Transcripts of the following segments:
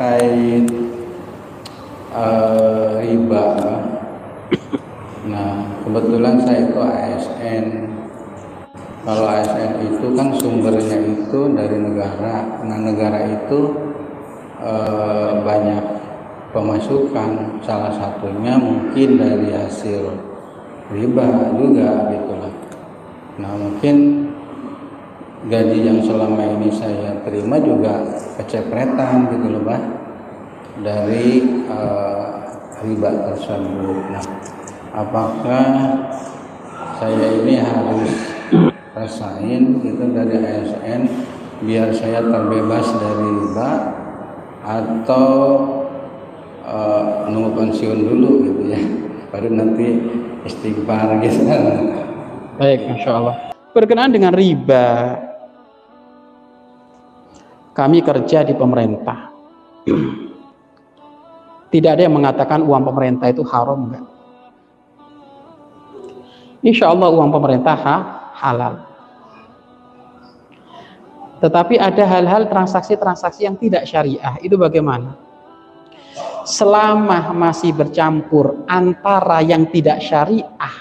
terkait riba. Nah, kebetulan saya itu ASN. Kalau ASN itu kan sumbernya itu dari negara. Nah, negara itu banyak pemasukan, salah satunya mungkin dari hasil riba juga gitulah. Nah, mungkin gaji yang selama ini saya terima juga kecepretan gitu loh, Bah, dari riba tersebut. Nah, apakah saya ini harus rasain gitu dari ASN biar saya terbebas dari riba, atau nunggu pensiun dulu gitu ya, baru nanti istighfar gitu. Baik, Masya Allah. Berkenaan dengan riba, kami kerja di pemerintah. Tidak ada yang mengatakan uang pemerintah itu haram, enggak. Insya Allah uang pemerintah halal. Tetapi ada hal-hal transaksi-transaksi yang tidak syariah. Itu bagaimana? Selama masih bercampur antara yang tidak syariah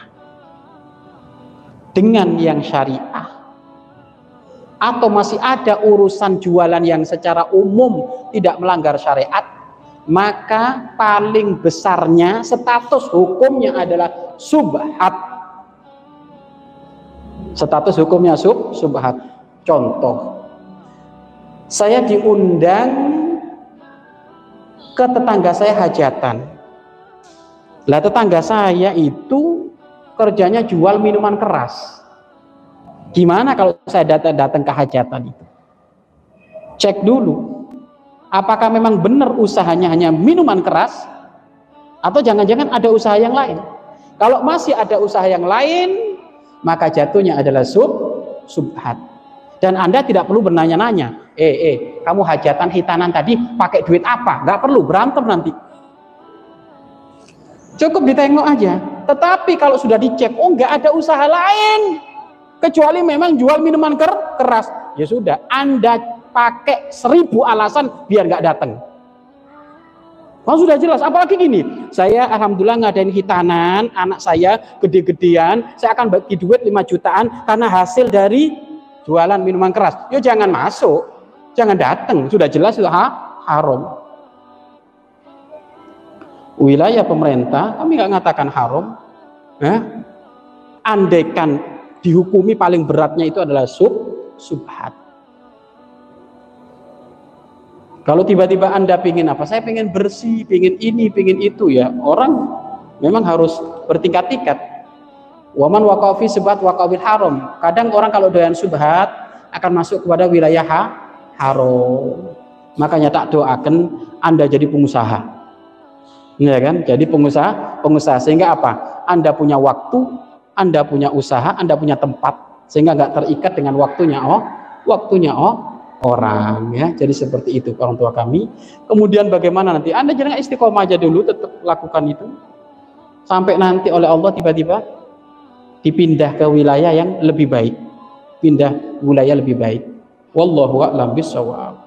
dengan yang syariah, atau masih ada urusan jualan yang secara umum tidak melanggar syariat, maka paling besarnya status hukumnya adalah subhat. Status hukumnya subhat. Contoh, saya diundang ke tetangga saya hajatan. Lah, tetangga saya itu kerjanya jual minuman keras. Gimana kalau saya datang ke hajatan itu? Cek dulu, apakah memang benar usahanya hanya minuman keras, atau jangan-jangan ada usaha yang lain. Kalau masih ada usaha yang lain, maka jatuhnya adalah subhat. Dan Anda tidak perlu bertanya-nanya, kamu hajatan hitanan tadi pakai duit apa? Nggak perlu berantem nanti. Cukup ditengok aja. Tetapi kalau sudah dicek, nggak ada usaha lain kecuali memang jual minuman keras, ya sudah, Anda pakai 1000 alasan biar nggak datang. Oh, sudah jelas. Apalagi gini, saya alhamdulillah ngadain hitanan, anak saya gede-gedean, saya akan bagi duit 5 jutaan karena hasil dari jualan minuman keras. Ya jangan masuk, jangan datang, sudah jelas itu haram. Wilayah pemerintah kami nggak ngatakan haram. Andaikan dihukumi paling beratnya itu adalah subhat. Kalau tiba-tiba Anda pingin apa? Saya pingin bersih, pingin ini, pingin itu, ya orang memang harus bertingkat-tingkat. Waman waqafi subhat waqawil haram. Kadang orang kalau doyan subhat akan masuk kepada wilayah haram. Makanya tak doakan Anda jadi pengusaha, ya kan? Jadi pengusaha sehingga apa? Anda punya waktu, Anda punya usaha, Anda punya tempat, sehingga nggak terikat dengan waktunya orang, ya. Jadi seperti itu orang tua kami. Kemudian bagaimana nanti? Anda jangan istiqomah aja dulu, tetap lakukan itu sampai nanti oleh Allah tiba-tiba dipindah ke wilayah yang lebih baik, pindah wilayah lebih baik. Wallahu a'lam bishawab.